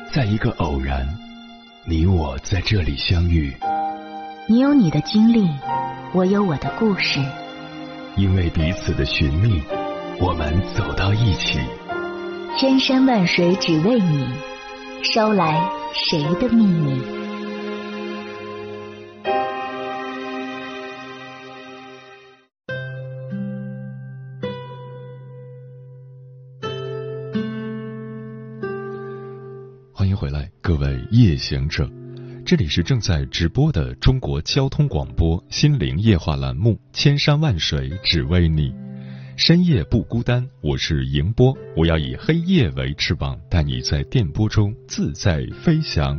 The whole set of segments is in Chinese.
在一个偶然，你我在这里相遇。 你有你的经历，我有我的故事。 因为彼此的寻觅，我们走到一起。 千山万水只为你，捎来谁的秘密？ 欢迎回来，各位夜行者，这里是正在直播的中国交通广播心灵夜话栏目《千山万水只为你》，深夜不孤单，我是迎波，我要以黑夜为翅膀，带你在电波中自在飞翔。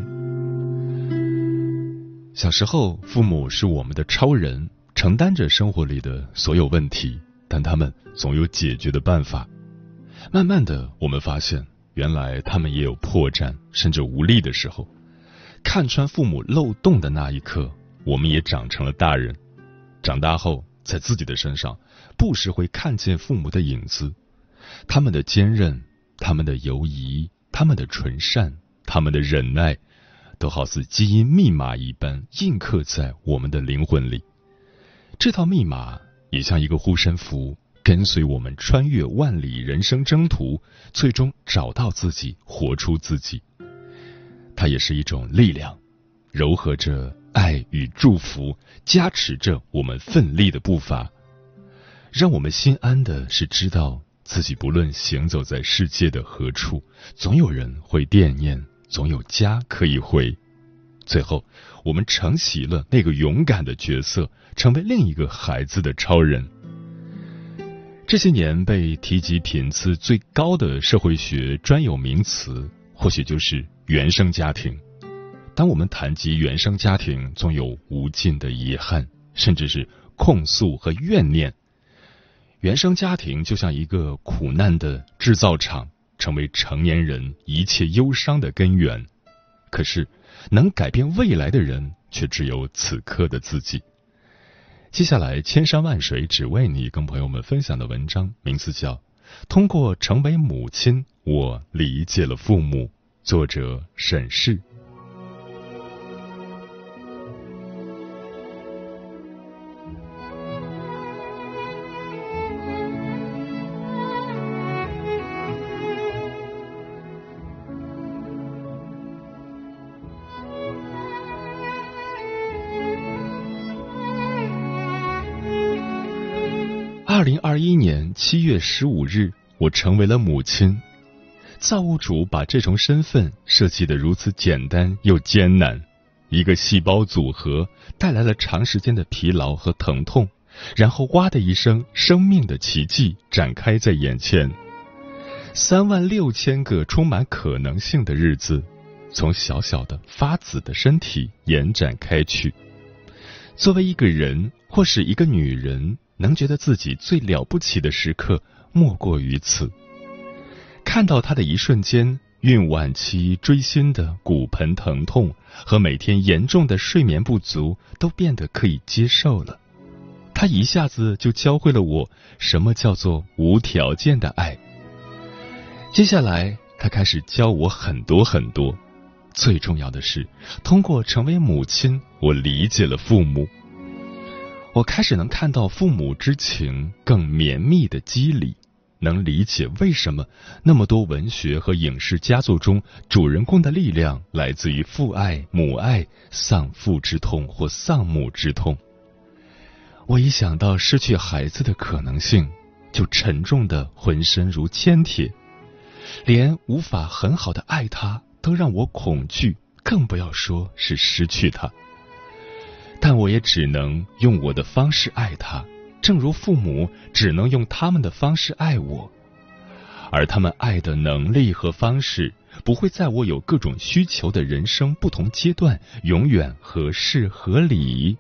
小时候，父母是我们的超人，承担着生活里的所有问题，但他们总有解决的办法。慢慢的，我们发现原来他们也有破绽甚至无力的时候。看穿父母漏洞的那一刻，我们也长成了大人。长大后，在自己的身上不时会看见父母的影子，他们的坚韧，他们的犹疑，他们的纯善，他们的忍耐，都好似基因密码一般印刻在我们的灵魂里。这套密码也像一个护身符，跟随我们穿越万里人生征途，最终找到自己，活出自己。它也是一种力量，糅合着爱与祝福，加持着我们奋力的步伐。让我们心安的是知道自己不论行走在世界的何处，总有人会惦念，总有家可以回。最后，我们承袭了那个勇敢的角色，成为另一个孩子的超人。这些年被提及频次最高的社会学专有名词，或许就是原生家庭。当我们谈及原生家庭，总有无尽的遗憾，甚至是控诉和怨念。原生家庭就像一个苦难的制造厂，成为成年人一切忧伤的根源。可是，能改变未来的人，却只有此刻的自己。接下来，千山万水只为你，跟朋友们分享的文章名字叫《通过成为母亲，我理解了父母》，作者沈氏。2021年7月15日，我成为了母亲。造物主把这重身份设计得如此简单又艰难，一个细胞组合带来了长时间的疲劳和疼痛，然后哇的一声，生命的奇迹展开在眼前。36000个充满可能性的日子，从小小的发紫的身体延展开去。作为一个人或是一个女人，能觉得自己最了不起的时刻莫过于此。看到他的一瞬间，孕晚期锥心的骨盆疼痛和每天严重的睡眠不足都变得可以接受了。他一下子就教会了我什么叫做无条件的爱。接下来他开始教我很多很多，最重要的是，通过成为母亲，我理解了父母。我开始能看到父母之情更绵密的机理，能理解为什么那么多文学和影视佳作中主人公的力量来自于父爱、母爱、丧父之痛或丧母之痛。我一想到失去孩子的可能性，就沉重的浑身如铅铁，连无法很好的爱他都让我恐惧，更不要说是失去他。但我也只能用我的方式爱他，正如父母只能用他们的方式爱我，而他们爱的能力和方式不会在我有各种需求的人生不同阶段永远合适合理。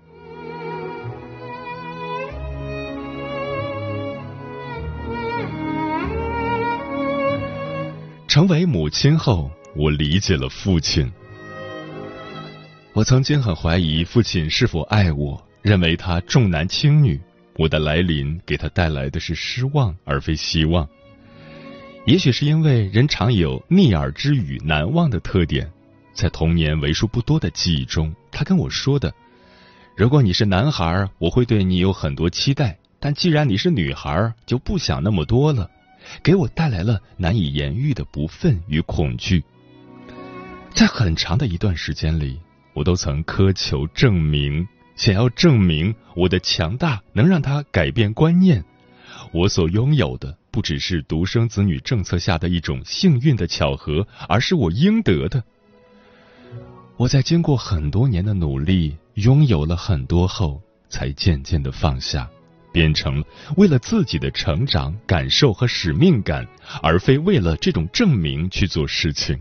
成为母亲后，我理解了父亲。我曾经很怀疑父亲是否爱我，认为他重男轻女，我的来临给他带来的是失望而非希望。 也许是因为人常有逆耳之语难忘的特点，在童年为数不多的记忆中，他跟我说的，如果你是男孩，我会对你有很多期待，但既然你是女孩，就不想那么多了，给我带来了难以言喻的不忿与恐惧。在很长的一段时间里，我都曾苛求证明，想要证明我的强大能让他改变观念，我所拥有的不只是独生子女政策下的一种幸运的巧合，而是我应得的。我在经过很多年的努力，拥有了很多后，才渐渐地放下，变成为了自己的成长、感受和使命感，而非为了这种证明去做事情。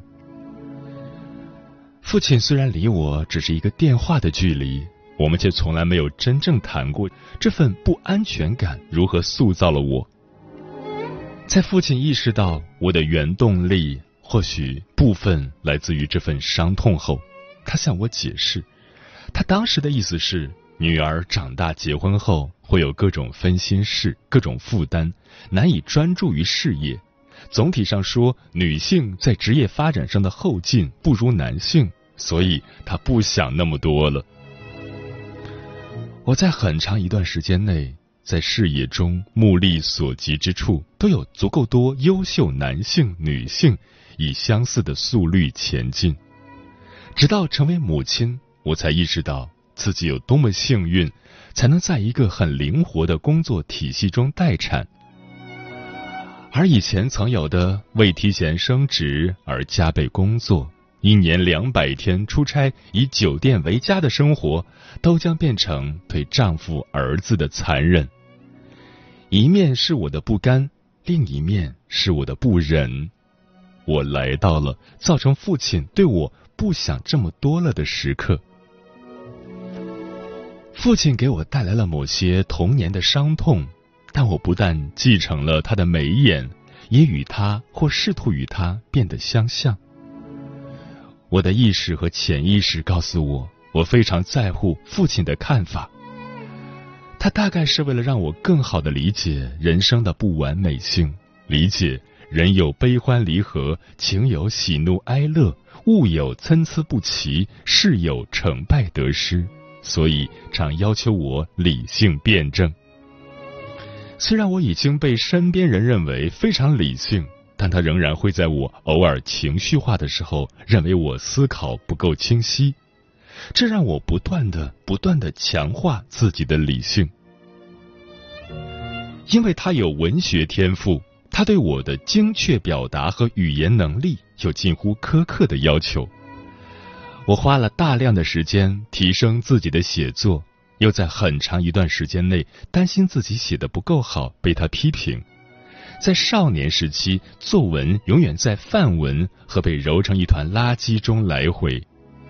父亲虽然离我只是一个电话的距离，我们却从来没有真正谈过这份不安全感如何塑造了我。在父亲意识到我的原动力或许部分来自于这份伤痛后，他向我解释，他当时的意思是，女儿长大结婚后会有各种分心事、各种负担，难以专注于事业。总体上说，女性在职业发展上的后劲不如男性，所以她不想那么多了。我在很长一段时间内，在事业中目力所及之处，都有足够多优秀男性、女性以相似的速率前进。直到成为母亲，我才意识到自己有多么幸运，才能在一个很灵活的工作体系中待产。而以前曾有的为提前升职而加倍工作，1年200天出差以酒店为家的生活，都将变成对丈夫儿子的残忍。一面是我的不甘，另一面是我的不忍。我来到了造成父亲对我不想这么多了的时刻。父亲给我带来了某些童年的伤痛，但我不但继承了他的眉眼，也与他或试图与他变得相像。我的意识和潜意识告诉我，我非常在乎父亲的看法。他大概是为了让我更好地理解人生的不完美性，理解人有悲欢离合，情有喜怒哀乐，物有参差不齐，事有成败得失，所以常要求我理性辩证。虽然我已经被身边人认为非常理性，但他仍然会在我偶尔情绪化的时候，认为我思考不够清晰。这让我不断地强化自己的理性。因为他有文学天赋，他对我的精确表达和语言能力有近乎苛刻的要求。我花了大量的时间提升自己的写作，又在很长一段时间内担心自己写得不够好，被他批评。在少年时期，作文永远在范文和被揉成一团垃圾中来回。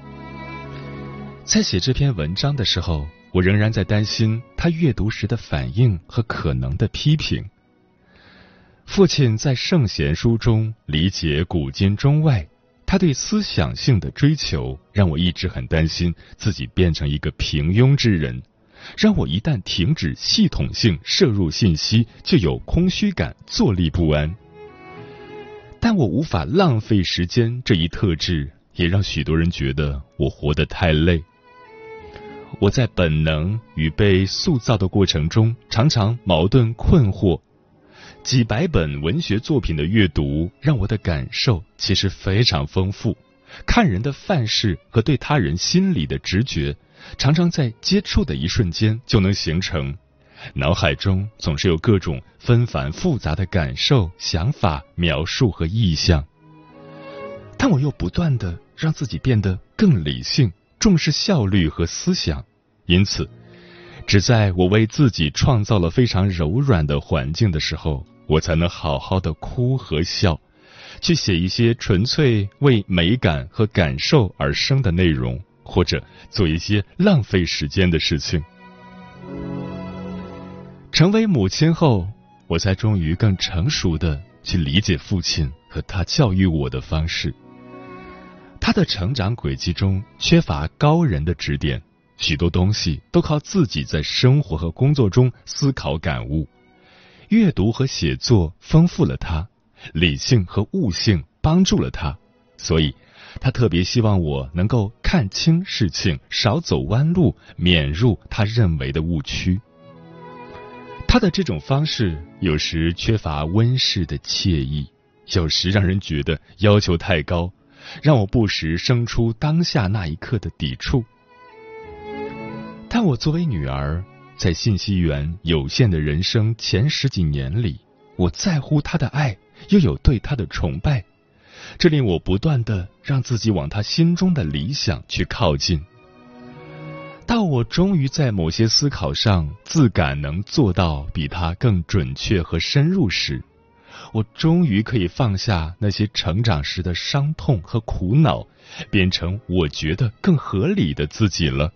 在写这篇文章的时候，我仍然在担心他阅读时的反应和可能的批评。父亲在圣贤书中理解古今中外，他对思想性的追求让我一直很担心自己变成一个平庸之人，让我一旦停止系统性摄入信息，就有空虚感，坐立不安。但我无法浪费时间这一特质，也让许多人觉得我活得太累。我在本能与被塑造的过程中，常常矛盾困惑。几百本文学作品的阅读，让我的感受其实非常丰富。看人的范式和对他人心理的直觉，常常在接触的一瞬间就能形成。脑海中总是有各种纷繁复杂的感受、想法、描述和意象。但我又不断地让自己变得更理性，重视效率和思想。因此，只在我为自己创造了非常柔软的环境的时候，我才能好好的哭和笑，去写一些纯粹为美感和感受而生的内容，或者做一些浪费时间的事情。成为母亲后，我才终于更成熟的去理解父亲和他教育我的方式。他的成长轨迹中缺乏高人的指点，许多东西都靠自己在生活和工作中思考感悟。阅读和写作丰富了他， 理性和悟性帮助了他，所以他特别希望我能够看清事情，少走弯路，免入他认为的误区。他的这种方式有时缺乏温室的惬意，有时让人觉得要求太高，让我不时生出当下那一刻的抵触。但我作为女儿，在信息源有限的人生前10几年里，我在乎他的爱，又有对他的崇拜，这令我不断地让自己往他心中的理想去靠近。到我终于在某些思考上自感能做到比他更准确和深入时，我终于可以放下那些成长时的伤痛和苦恼，变成我觉得更合理的自己了。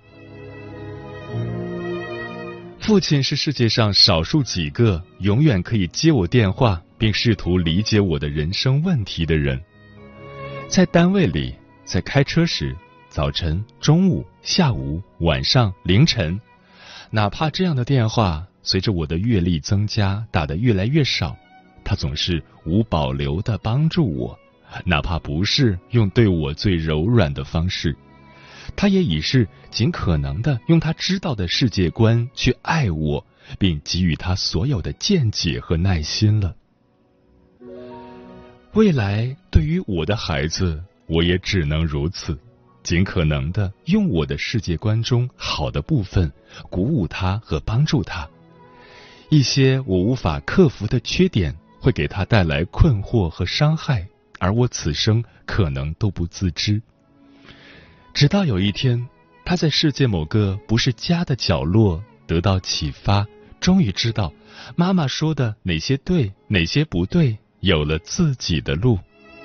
父亲是世界上少数几个永远可以接我电话并试图理解我的人生问题的人。在单位里，在开车时，早晨、中午、下午、晚上、凌晨，哪怕这样的电话随着我的阅历增加打得越来越少，他总是无保留地帮助我，哪怕不是用对我最柔软的方式，他也已是尽可能的用他知道的世界观去爱我，并给予他所有的见解和耐心了。未来对于我的孩子，我也只能如此，尽可能的用我的世界观中好的部分鼓舞他和帮助他。一些我无法克服的缺点会给他带来困惑和伤害，而我此生可能都不自知。直到有一天，他在世界某个不是家的角落得到启发，终于知道妈妈说的哪些对，哪些不对，有了自己的路。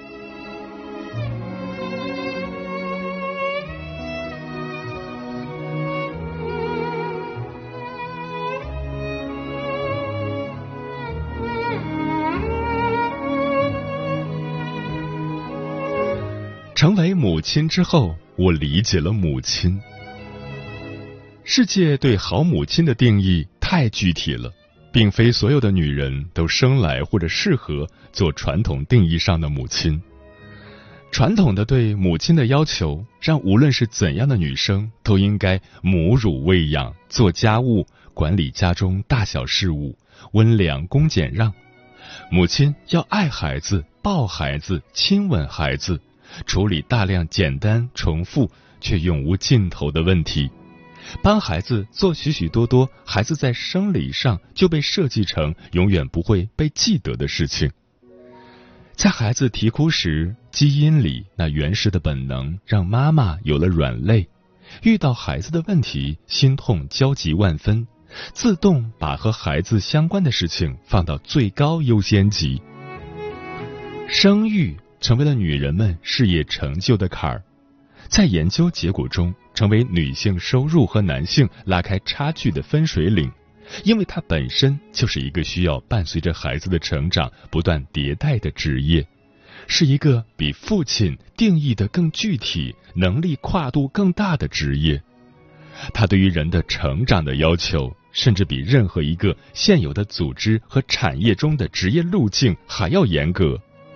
成为母亲之后，我理解了母亲。世界对好母亲的定义太具体了，并非所有的女人都生来或者适合做传统定义上的母亲。传统的对母亲的要求，让无论是怎样的女生都应该母乳喂养、做家务、管理家中大小事务、温良恭俭让。母亲要爱孩子、抱孩子、亲吻孩子，处理大量简单重复却永无尽头的问题，帮孩子做许许多多孩子在生理上就被设计成永远不会被记得的事情。在孩子啼哭时，基因里那原始的本能让妈妈有了软肋，遇到孩子的问题心痛焦急万分，自动把和孩子相关的事情放到最高优先级。生育成为了女人们事业成就的坎儿，在研究结果中成为女性收入和男性拉开差距的分水岭，因为它本身就是一个需要伴随着孩子的成长不断迭代的职业，是一个比父亲定义的更具体、能力跨度更大的职业。它对于人的成长的要求，甚至比任何一个现有的组织和产业中的职业路径还要严格。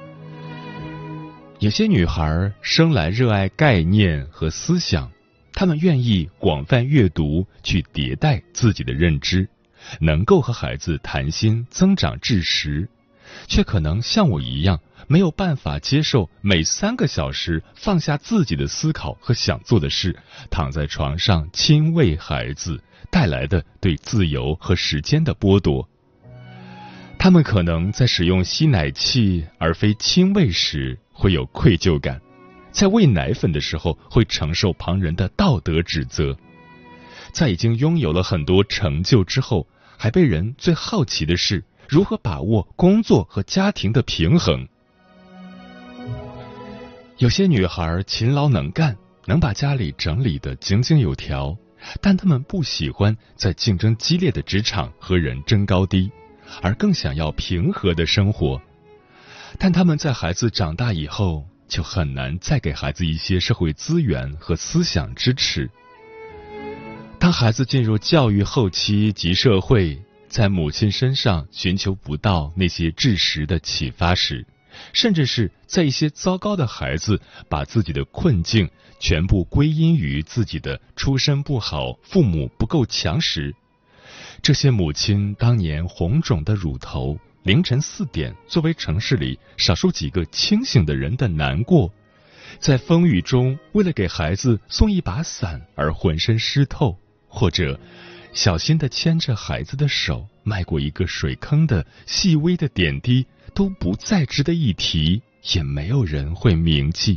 有些女孩生来热爱概念和思想，她们愿意广泛阅读，去迭代自己的认知，能够和孩子谈心增长知识，却可能像我一样，没有办法接受每3个小时放下自己的思考和想做的事，躺在床上亲喂孩子带来的对自由和时间的剥夺。他们可能在使用吸奶器而非亲喂时会有愧疚感，在喂奶粉的时候会承受旁人的道德指责，在已经拥有了很多成就之后，还被人最好奇的是如何把握工作和家庭的平衡。有些女孩勤劳能干，能把家里整理得井井有条，但她们不喜欢在竞争激烈的职场和人争高低，而更想要平和的生活。但他们在孩子长大以后，就很难再给孩子一些社会资源和思想支持。当孩子进入教育后期及社会， 在母亲身上寻求不到那些知识的启发时，甚至是在一些糟糕的孩子把自己的困境全部归因于自己的出身不好、父母不够强时，这些母亲当年红肿的乳头，凌晨4点作为城市里少数几个清醒的人的难过，在风雨中为了给孩子送一把伞而浑身湿透，或者小心地牵着孩子的手迈过一个水坑的细微的点滴，都不再值得一提，也没有人会铭记。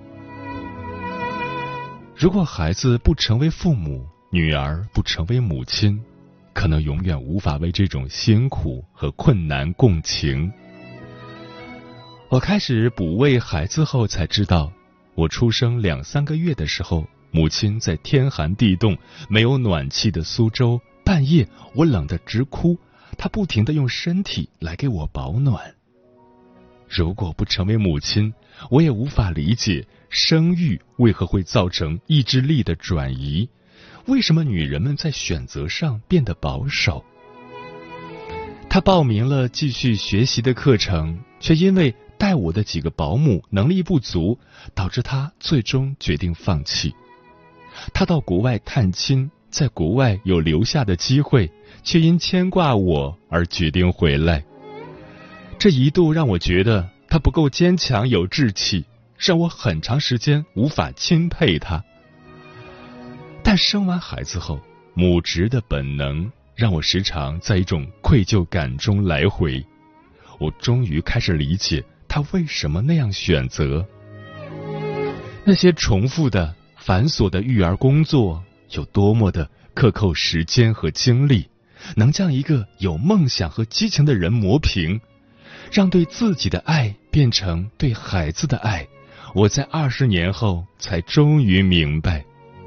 如果孩子不成为父母，女儿不成为母亲，可能永远无法为这种辛苦和困难共情。我开始哺喂孩子后才知道，我出生2、3个月的时候，母亲在天寒地冻、没有暖气的苏州，半夜我冷得直哭，她不停地用身体来给我保暖。如果不成为母亲，我也无法理解生育为何会造成意志力的转移，为什么女人们在选择上变得保守。她报名了继续学习的课程，却因为带我的几个保姆能力不足，导致她最终决定放弃。她到国外探亲，在国外有留下的机会，却因牵挂我而决定回来。这一度让我觉得她不够坚强有志气，让我很长时间无法钦佩她。但生完孩子后，母职的本能让我时常在一种愧疚感中来回。我终于开始理解她为什么那样选择。那些重复的繁琐的育儿工作有多么的克扣时间和精力，能将一个有梦想和激情的人磨平，让对自己的爱变成对孩子的爱，我在20年后才终于明白。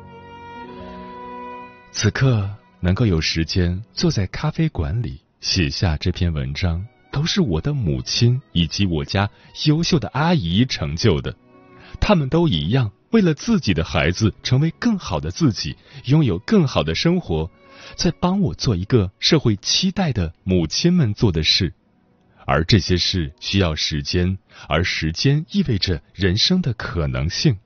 此刻能够有时间坐在咖啡馆里写下这篇文章，都是我的母亲以及我家优秀的阿姨成就的。他们都一样，为了自己的孩子成为更好的自己，拥有更好的生活，在帮我做一个社会期待的母亲们做的事。而这些事需要时间，而时间意味着人生的可能性。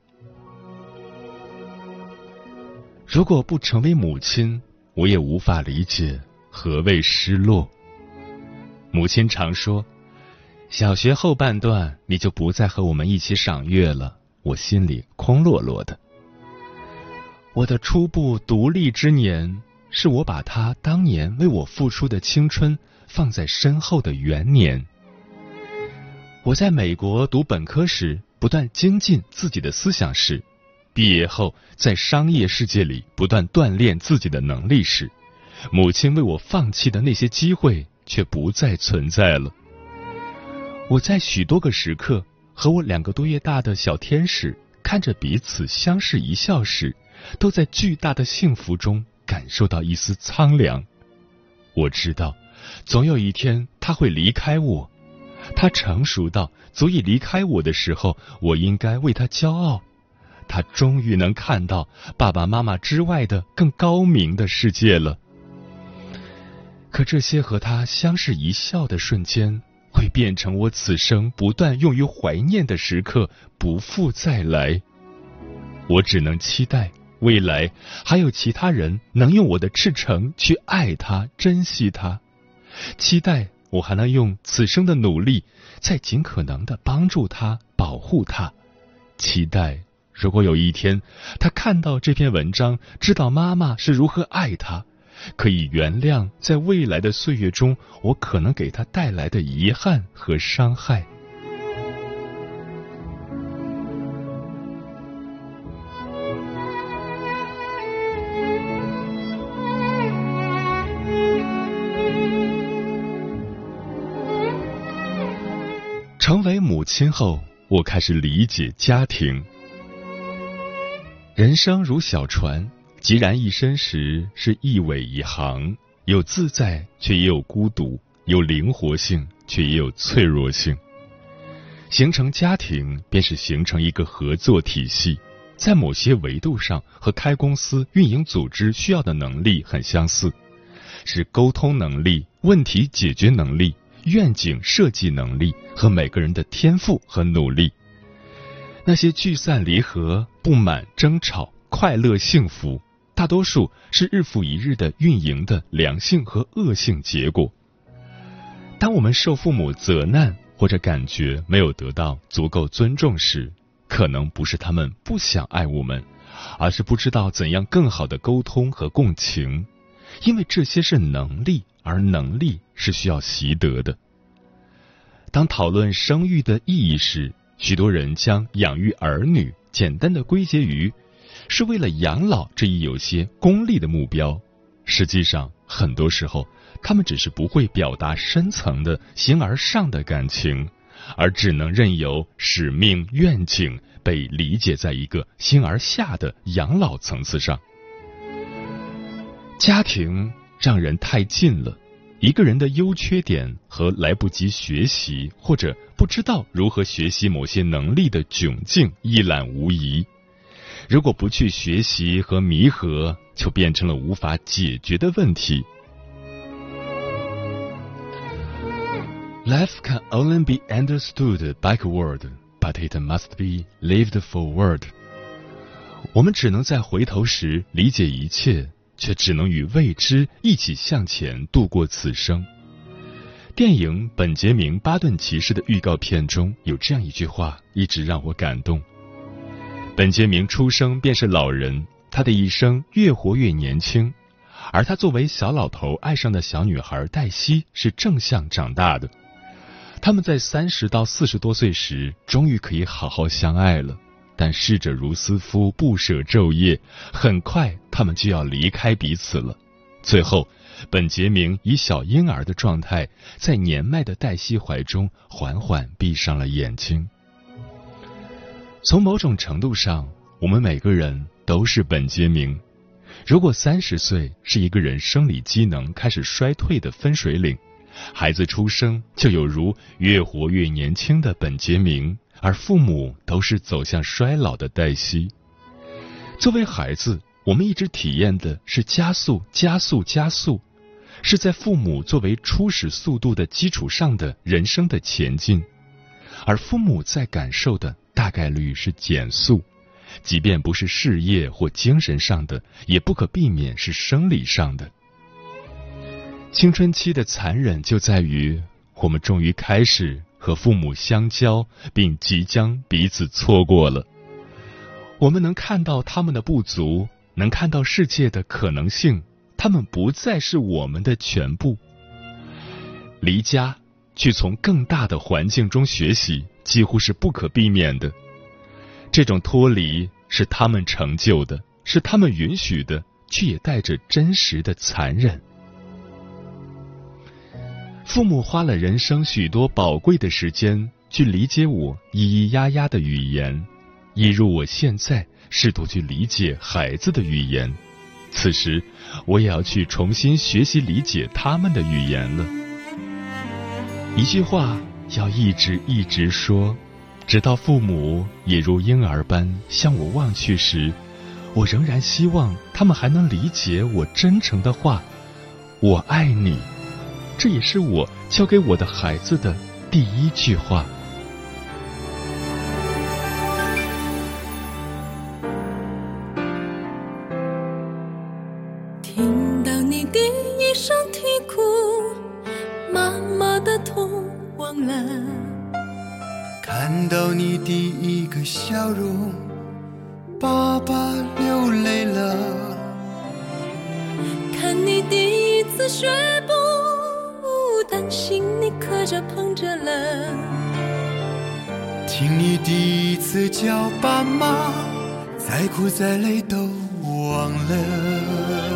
如果不成为母亲，我也无法理解何谓失落。母亲常说，小学后半段你就不再和我们一起赏月了，我心里空落落的。我的初步独立之年，是我把他当年为我付出的青春放在身后的元年。我在美国读本科时，不断精进自己的思想时，毕业后在商业世界里不断锻炼自己的能力时，母亲为我放弃的那些机会却不再存在了。我在许多个时刻和我2个多月大的小天使看着彼此相视一笑时，都在巨大的幸福中感受到一丝苍凉。我知道总有一天他会离开我，他成熟到足以离开我的时候，我应该为他骄傲。他终于能看到爸爸妈妈之外的更高明的世界了。可这些和他相视一笑的瞬间，会变成我此生不断用于怀念的时刻，不复再来。我只能期待未来还有其他人能用我的赤诚去爱他、珍惜他，期待我还能用此生的努力再尽可能地帮助他、保护他，期待如果有一天他看到这篇文章，知道妈妈是如何爱他，可以原谅在未来的岁月中我可能给他带来的遗憾和伤害。成为母亲后，我开始理解家庭。人生如小船，急然一身时是一尾一航，有自在却也有孤独，有灵活性却也有脆弱性。形成家庭便是形成一个合作体系，在某些维度上和开公司、运营组织需要的能力很相似， 是沟通能力、问题解决能力、愿景设计能力和每个人的天赋和努力。那些聚散离合、不满争吵、快乐幸福，大多数是日复一日的运营的良性和恶性结果。当我们受父母责难，或者感觉没有得到足够尊重时，可能不是他们不想爱我们，而是不知道怎样更好的沟通和共情，因为这些是能力，而能力是需要习得的。当讨论生育的意义时，许多人将养育儿女简单的归结于是为了养老这一有些功利的目标，实际上很多时候他们只是不会表达深层的形而上的感情，而只能任由使命愿景被理解在一个形而下的养老层次上。家庭让人太近了，一个人的优缺点和来不及学习或者不知道如何学习某些能力的窘境一览无遗。如果不去学习和弥合，就变成了无法解决的问题。Life can only be understood backward, but it must be lived forward. 我们只能在回头时理解一切，却只能与未知一起向前度过此生。电影《本杰明·巴顿骑士》的预告片中有这样一句话，一直让我感动。本杰明出生便是老人，他的一生越活越年轻，而他作为小老头爱上的小女孩黛西是正向长大的。他们在30到40多岁时终于可以好好相爱了，但逝者如斯夫，不舍昼夜，很快他们就要离开彼此了。最后本杰明以小婴儿的状态在年迈的黛西怀中缓缓闭上了眼睛。从某种程度上，我们每个人都是本杰明。如果30岁是一个人生理机能开始衰退的分水岭，孩子出生就有如越活越年轻的本杰明，而父母都是走向衰老的黛西。作为孩子，我们一直体验的是加速、加速、加速，是在父母作为初始速度的基础上的人生的前进，而父母在感受的大概率是减速，即便不是事业或精神上的，也不可避免是生理上的。青春期的残忍就在于，我们终于开始和父母相交，并即将彼此错过了。我们能看到他们的不足，能看到世界的可能性，他们不再是我们的全部。离家，去从更大的环境中学习，几乎是不可避免的。这种脱离是他们成就的，是他们允许的，却也带着真实的残忍。父母花了人生许多宝贵的时间去理解我咿咿呀呀的语言，一如我现在试图去理解孩子的语言。此时我也要去重新学习理解他们的语言了。一句话要一直说，直到父母也如婴儿般向我望去时，我仍然希望他们还能理解我真诚的话，我爱你。这也是我教给我的孩子的第一句话。 听到你第一声啼哭，妈妈的痛忘了， 看到你第一个笑容，爸爸流泪了， 看你第一次学步，担心你磕着碰着了， 听你第一次叫爸妈，再哭再累都忘了。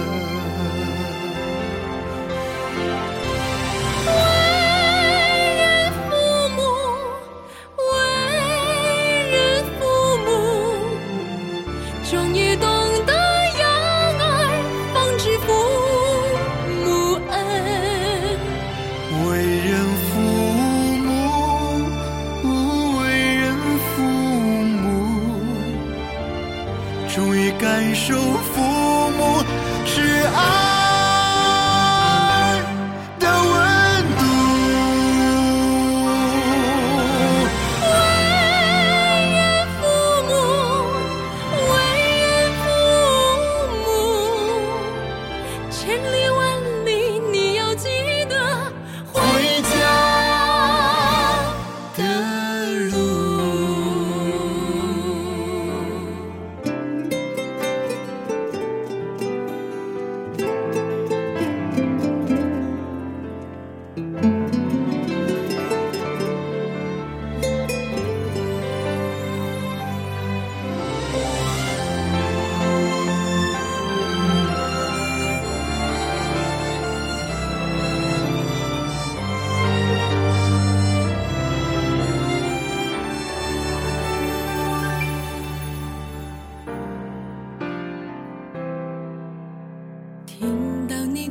感受父母是爱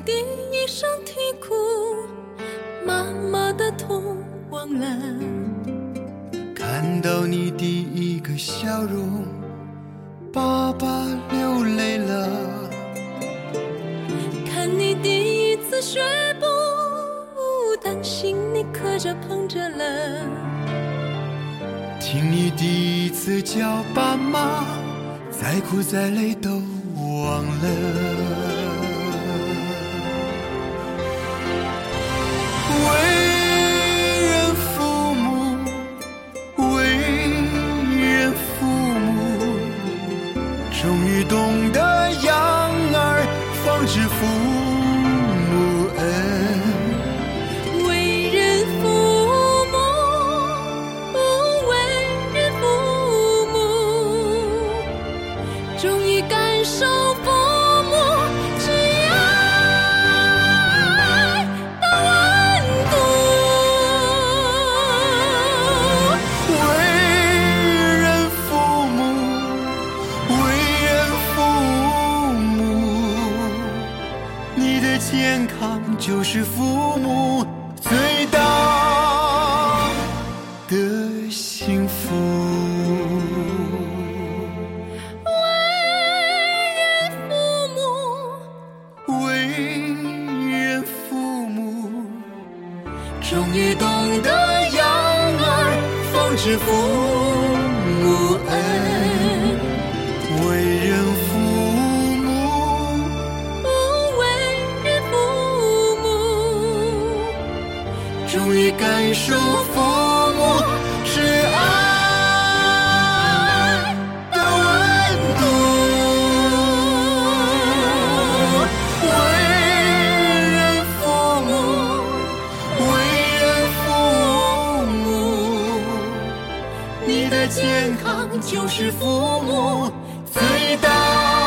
第一声啼哭，妈妈的痛忘了。 看到你第一个笑容，爸爸流泪了。 看你第一次学步，担心你磕着碰着了。 听你第一次叫爸妈，再苦再累都忘了。为人父母，为人父母，终于懂得养儿方知父母恩。 为人父母，为人父母，终于感受父母之爱的温度。 为人父母，为人父母，你的健康就是父母最大的幸福。为人父母，终于懂得养儿方知父母恩。为人父母， 为人父母， 终于感受父母是爱的温度。为人父母，为人父母，你的健康就是父母最大